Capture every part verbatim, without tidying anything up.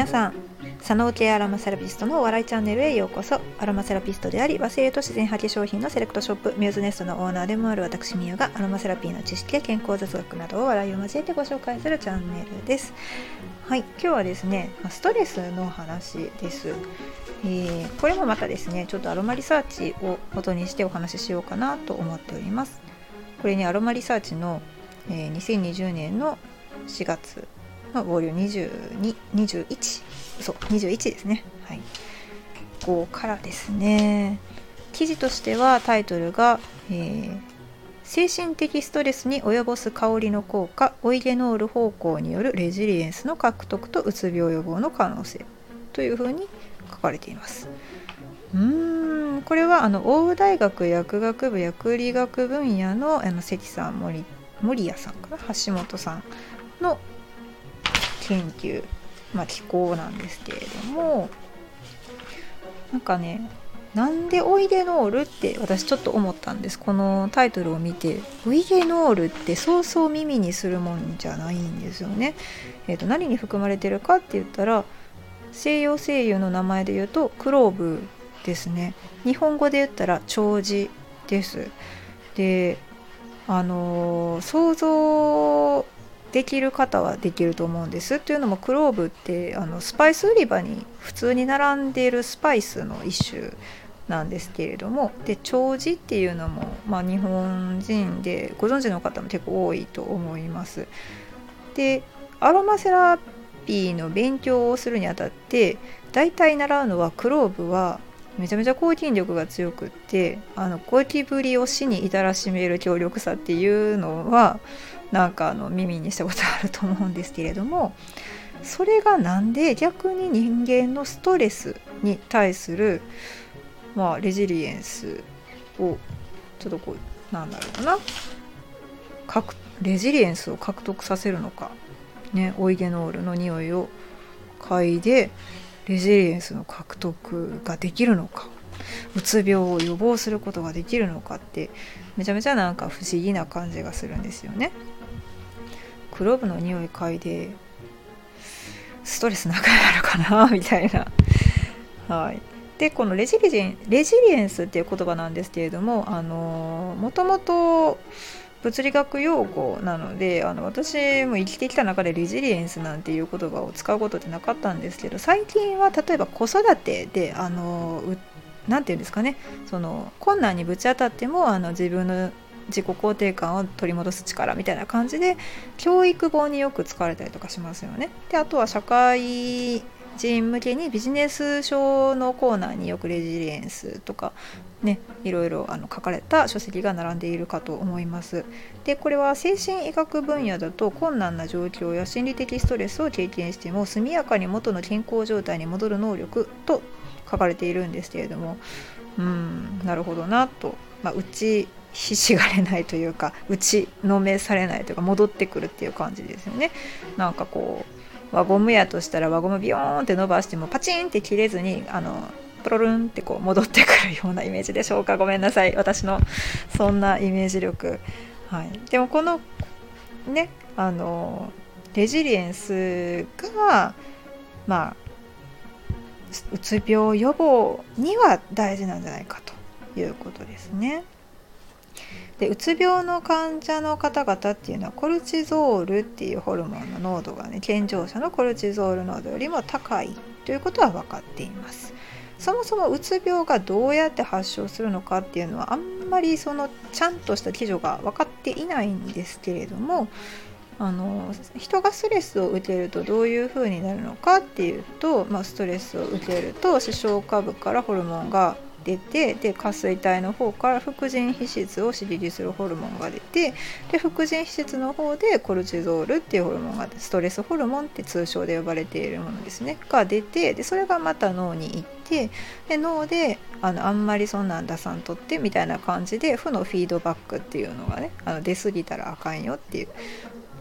さん、左脳系アロマセラピストのお笑いチャンネルへようこそ。アロマセラピストであり、和製と自然派化粧品のセレクトショップミューズネストのオーナーでもある私みゆが、アロマセラピーの知識や健康雑学などを笑いを交えてご紹介するチャンネルです。はい、今日はですね、ストレスの話です。えー、これもまたですね、ちょっとアロマリサーチを元にしてお話ししようかなと思っております。これね、アロマリサーチの、えー、にせんにじゅうねんのしがつのボリュームにじゅうに、にじゅういち、そうにじゅういちですね。はい。ごからですね。記事としてはタイトルが、えー、精神的ストレスに及ぼす香りの効果、オイゲノール方向によるレジリエンスの獲得とうつ病予防の可能性というふうに書かれています。うーんこれはあの大大学薬学部薬理学分野のあの関さん森森谷さんかな橋本さんの研究、まあ、機構なんですけれども、なんかね、なんでオイゲノールって私ちょっと思ったんです。このタイトルを見て、オイゲノールってそうそう耳にするもんじゃないんですよね。えーと、何に含まれてるかって言ったら、西洋精油の名前で言うとクローブですね。日本語で言ったら長寿です。で、あのー、想像できる方はできると思うんです。というのもクローブってあのスパイス売り場に普通に並んでいるスパイスの一種なんですけれども、で長寿っていうのも、まあ、日本人でご存知の方も結構多いと思います。でアロマセラピーの勉強をするにあたって大体習うのは、クローブはめちゃめちゃ抗菌力が強くって、あのゴキブリを死に至らしめる強力さっていうのはなんかあの耳にしたことあると思うんですけれども、それがなんで逆に人間のストレスに対する、まあ、レジリエンスをちょっとこうなんだろうなレジリエンスを獲得させるのか、ね、オイゲノールの匂いを嗅いでレジリエンスの獲得ができるのか、うつ病を予防することができるのかって、めちゃめちゃなんか不思議な感じがするんですよね。クローブの匂い嗅いでストレスなくなるかなみたいなはい。でこのレジリエンレジリエンスっていう言葉なんですけれども、あのもともと物理学用語なので、あの私も生きてきた中でレジリエンスなんていう言葉を使うことってなかったんですけど、最近は例えば子育てであのなんていうんですかね、その困難にぶち当たってもあの自分の自己肯定感を取り戻す力みたいな感じで教育本によく使われたりとかしますよね。であとは社会人向けにビジネス書のコーナーによくレジリエンスとかね、いろいろあの書かれた書籍が並んでいるかと思います。でこれは精神医学分野だと、困難な状況や心理的ストレスを経験しても速やかに元の健康状態に戻る能力と書かれているんですけれども、うーんなるほどなと、まあ、うちひしがれないというか、打ちのめされないというか、戻ってくるっていう感じですよね。なんかこう輪ゴムやとしたら輪ゴムビヨーンって伸ばしてもパチンって切れずにあのプロルンってこう戻ってくるようなイメージでしょうか。ごめんなさい、私のそんなイメージ力、はい、でもこのねあのレジリエンスがまあうつ病予防には大事なんじゃないかということですね。でうつ病の患者の方々っていうのはコルチゾールっていうホルモンの濃度がね、健常者のコルチゾール濃度よりも高いということは分かっています。そもそもうつ病がどうやって発症するのかっていうのはあんまりそのちゃんとした基準が分かっていないんですけれども、あの人がストレスを受けるとどういう風になるのかっていうと、まあ、ストレスを受けると視床下部からホルモンが出て、で下垂体の方から副腎皮質を刺激するホルモンが出て、で副腎皮質の方でコルチゾールっていうホルモンが、ストレスホルモンって通称で呼ばれているものですねが出て、でそれがまた脳に行って、で脳であのあんまりそんなん出さんとってみたいな感じで負のフィードバックっていうのがね、あの出過ぎたらあかんよっていう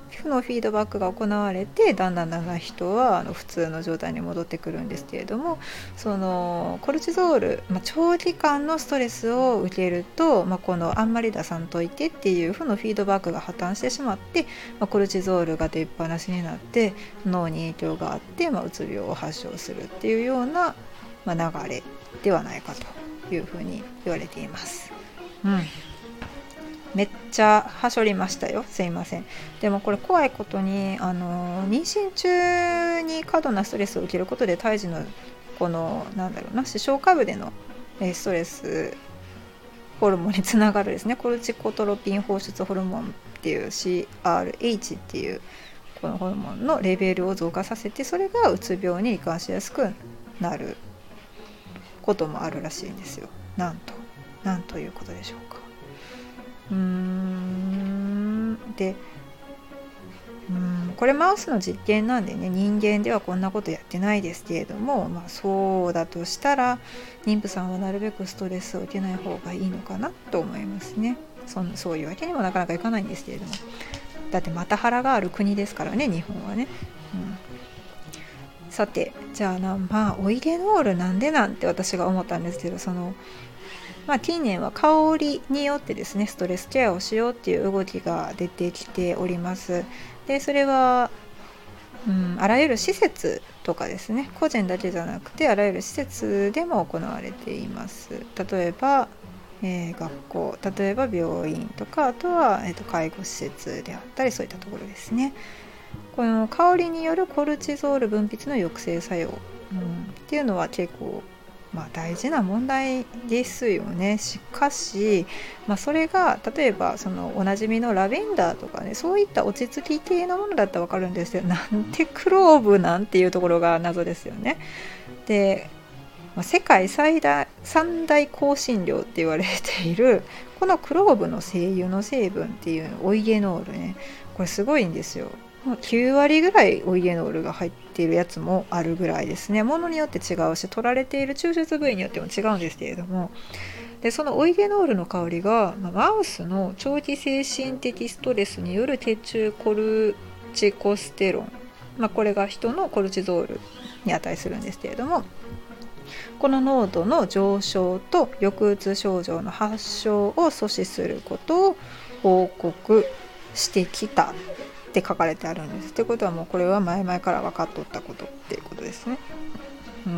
負のフィードバックが行われてだんだんだんだん人はあの普通の状態に戻ってくるんですけれども、そのコルチゾール、まあ、長期間のストレスを受けると、まあ、このあんまり出さんといてっていう負のフィードバックが破綻してしまって、まあ、コルチゾールが出っ放しになって脳に影響があって、まあ、うつ病を発症するっていうような、まあ、流れではないかというふうに言われています。うんめっちゃはしょりましたよ、すいません。でもこれ怖いことにあの妊娠中に過度なストレスを受けることで胎児のこのなんだろうな視床下部でのストレスホルモンにつながるですねコルチコトロピン放出ホルモンっていう シーアールエイチ っていうこのホルモンのレベルを増加させて、それがうつ病に罹患しやすくなることもあるらしいんですよ。なんとなんということでしょうか。うーんでうーんこれマウスの実験なんでね、人間ではこんなことやってないですけれども、まあ、そうだとしたら妊婦さんはなるべくストレスを受けない方がいいのかなと思いますね。そんそういうわけにもなかなかいかないんですけれども、だってまた腹がある国ですからね、日本はね。うん、さてじゃあな、まあオイゲノールなんでなんて私が思ったんですけど、そのまあ、近年は香りによってですねストレスケアをしようっていう動きが出てきております。でそれは、うん、あらゆる施設とかですね、個人だけじゃなくてあらゆる施設でも行われています。例えば、えー、学校、例えば病院とか、あとは、えーと、介護施設であったり、そういったところですね。この香りによるコルチゾール分泌の抑制作用、うん、っていうのは結構まあ、大事な問題ですよね。しかし、まあ、それが例えばそのおなじみのラベンダーとかね、そういった落ち着き系のものだったら分かるんですよ。なんでクローブなんていうところが謎ですよね。で、まあ、世界最大三大香辛料って言われているこのクローブの精油の成分っていうオイゲノールね、これすごいんですよ。きゅうわりぐらいオイゲノールが入っているやつもあるぐらいですね。ものによって違うし、取られている抽出部位によっても違うんですけれども、でそのオイゲノールの香りが、まあ、マウスの長期精神的ストレスによる血中コルチコステロン、まあ、これが人のコルチゾールに値するんですけれども、この濃度の上昇と抑うつ症状の発症を阻止することを報告してきたって書かれてあるんです。ってことはもうこれは前々から分かっとったことっていうことですね。うん、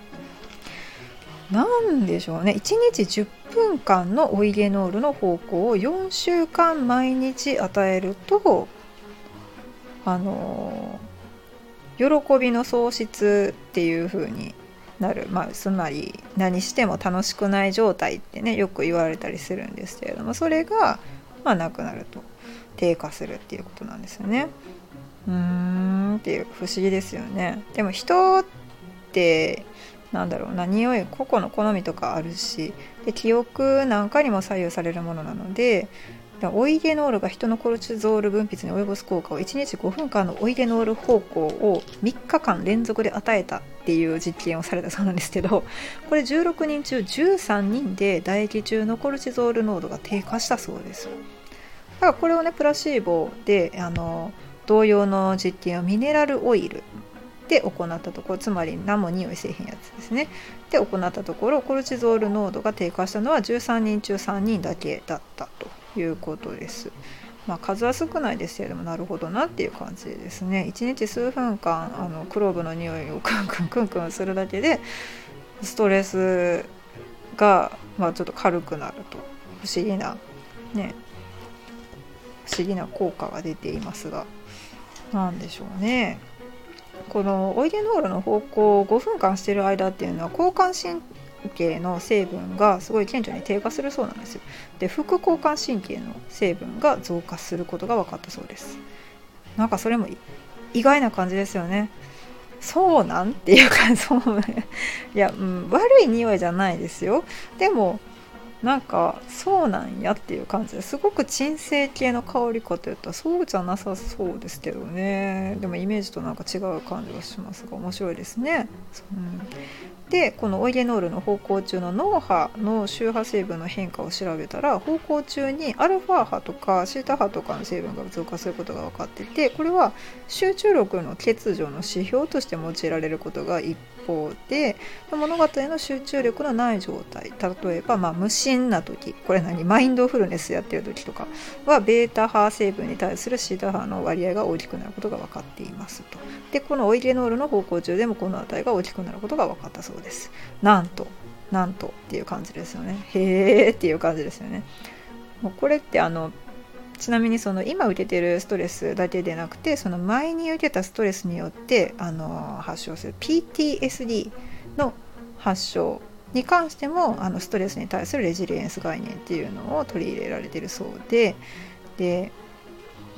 なんでしょうね。いちにちじゅっぷんかんのオイゲノールの方向をよんしゅうかん毎日与えると、あの喜びの喪失っていう風になる、まあ、つまり何しても楽しくない状態ってねよく言われたりするんですけれども、それが、まあ、なくなると低下するっていうことなんですよね。うーんっていう不思議ですよね。でも人ってなんだろうな、匂い個々の好みとかあるし、で記憶なんかにも左右されるものなので、オイゲノールが人のコルチゾール分泌に及ぼす効果をいちにちごふんかんのオイゲノール方向をみっかかん連続で与えたっていう実験をされたそうなんですけど、これじゅうろくにんちゅうじゅうさんにんで唾液中のコルチゾール濃度が低下したそうです。だからこれをねプラシーボであの同様の実験をミネラルオイルで行ったところ、つまり何も匂いせえへんやつですねで行ったところ、コルチゾール濃度が低下したのはじゅうさんにんちゅうさんにんだけだったということです。まあ、数は少ないですけれども、なるほどなっていう感じですね。いちにち数分間あのクローブの匂いをクンクンクンクンするだけでストレスが、まあ、ちょっと軽くなると、不思議なね不思議な効果が出ていますが、なんでしょうね。このオイゲノールの方向をごふんかんしている間っていうのは交感神経の成分がすごい顕著に低下するそうなんですよ。で副交感神経の成分が増加することが分かったそうです。なんかそれも意外な感じですよね。そうなんっていうか、そういや、うん、悪い匂いじゃないですよ。でもなんかそうなんやっていう感じですごく鎮静系の香りかといったらそうじゃなさそうですけどね。でもイメージとなんか違う感じがしますが面白いですね。うん、 でこのオイレノールの芳香中の脳波の周波成分の変化を調べたら、芳香中にアルファ波とかシータ波とかの成分が増加することが分かってて、これは集中力の欠如の指標として用いられることが一方で、物語の集中力のない状態、例えばまあ無心な時、これ何マインドフルネスやってる時とかはベータ波成分に対するシータ波の割合が大きくなることが分かっていますと。でこのオイレノールの芳香中でもこの値が大きくなることが分かったそうです。なんとなんとっていう感じですよね。へーっていう感じですよね。もうこれってあのちなみにその今受けてるストレスだけでなくて、その前に受けたストレスによってあの発症する ピーティーエスディー の発症に関してもあのストレスに対するレジリエンス概念っていうのを取り入れられているそうで、で、うん、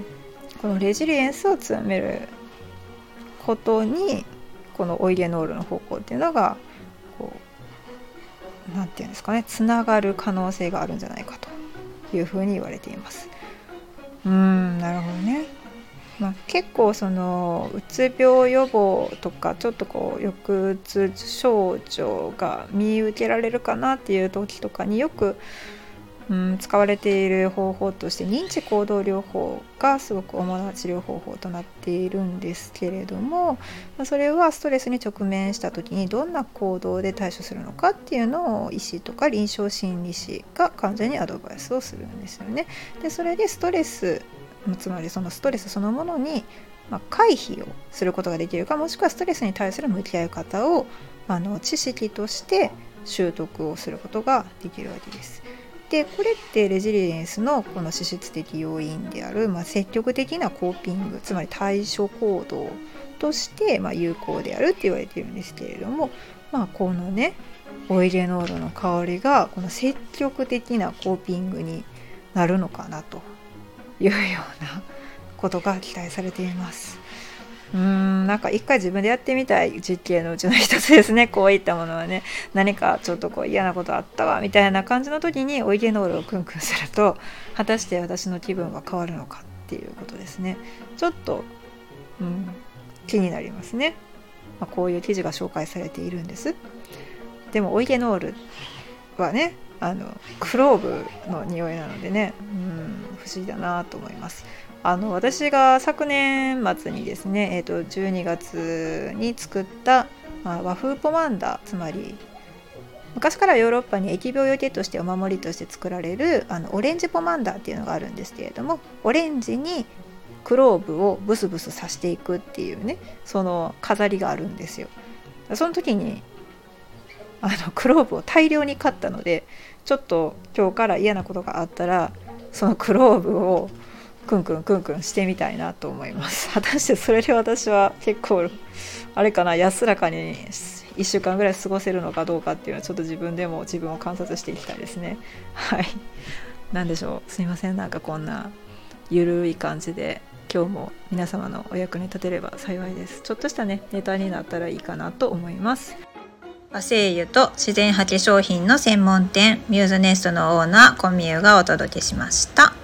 このレジリエンスを強めることにこのオイレノールの方向っていうのがこうなんていうんですかね、つながる可能性があるんじゃないかというふうに言われています。うーんなるほどね。まあ、結構そのうつ病予防とかちょっとこう抑うつ症状が見受けられるかなっていう時とかによく、うん、使われている方法として認知行動療法がすごく主な治療方法となっているんですけれども、それはストレスに直面した時にどんな行動で対処するのかっていうのを医師とか臨床心理士が患者にアドバイスをするんですよね。でそれでストレスつまりそのストレスそのものに、まあ、回避をすることができるか、もしくはストレスに対する向き合い方をあの知識として習得をすることができるわけです。でこれってレジリエンスのこの資質的要因である、まあ、積極的なコーピング、つまり対処行動として、まあ、有効であるって言われているんですけれども、まあ、このねオイレノールの香りがこの積極的なコーピングになるのかなというようなことが期待されています。うーんなんか一回自分でやってみたい実験のうちの一つですね。こういったものはね、何かちょっとこう嫌なことあったわみたいな感じの時にオイレノールをクンクンすると、果たして私の気分は変わるのかっていうことですね。ちょっと、うん、気になりますね。まあ、こういう記事が紹介されているんです。でもオイレノールはね、あのクローブの匂いなのでね、うん不思議だなと思います。あの私が昨年末にですね、えー、とじゅうにがつに作った、まあ、和風ポマンダー、つまり昔からヨーロッパに疫病除けとしてお守りとして作られるあのオレンジポマンダーっていうのがあるんですけれども、オレンジにクローブをブスブス刺していくっていうね、その飾りがあるんですよ。その時にあのクローブを大量に買ったので、ちょっと今日から嫌なことがあったらそのクローブをクンクンクンクンしてみたいなと思います。果たしてそれで私は結構あれかな、安らかにいっしゅうかんぐらい過ごせるのかどうかっていうのはちょっと自分でも自分を観察していきたいですね。はい、なんでしょう、すいません、なんかこんなゆるい感じで今日も皆様のお役に立てれば幸いです。ちょっとしたねネタになったらいいかなと思います。和精油と自然派化粧品の専門店ミューズネストのオーナーコミューがお届けしました。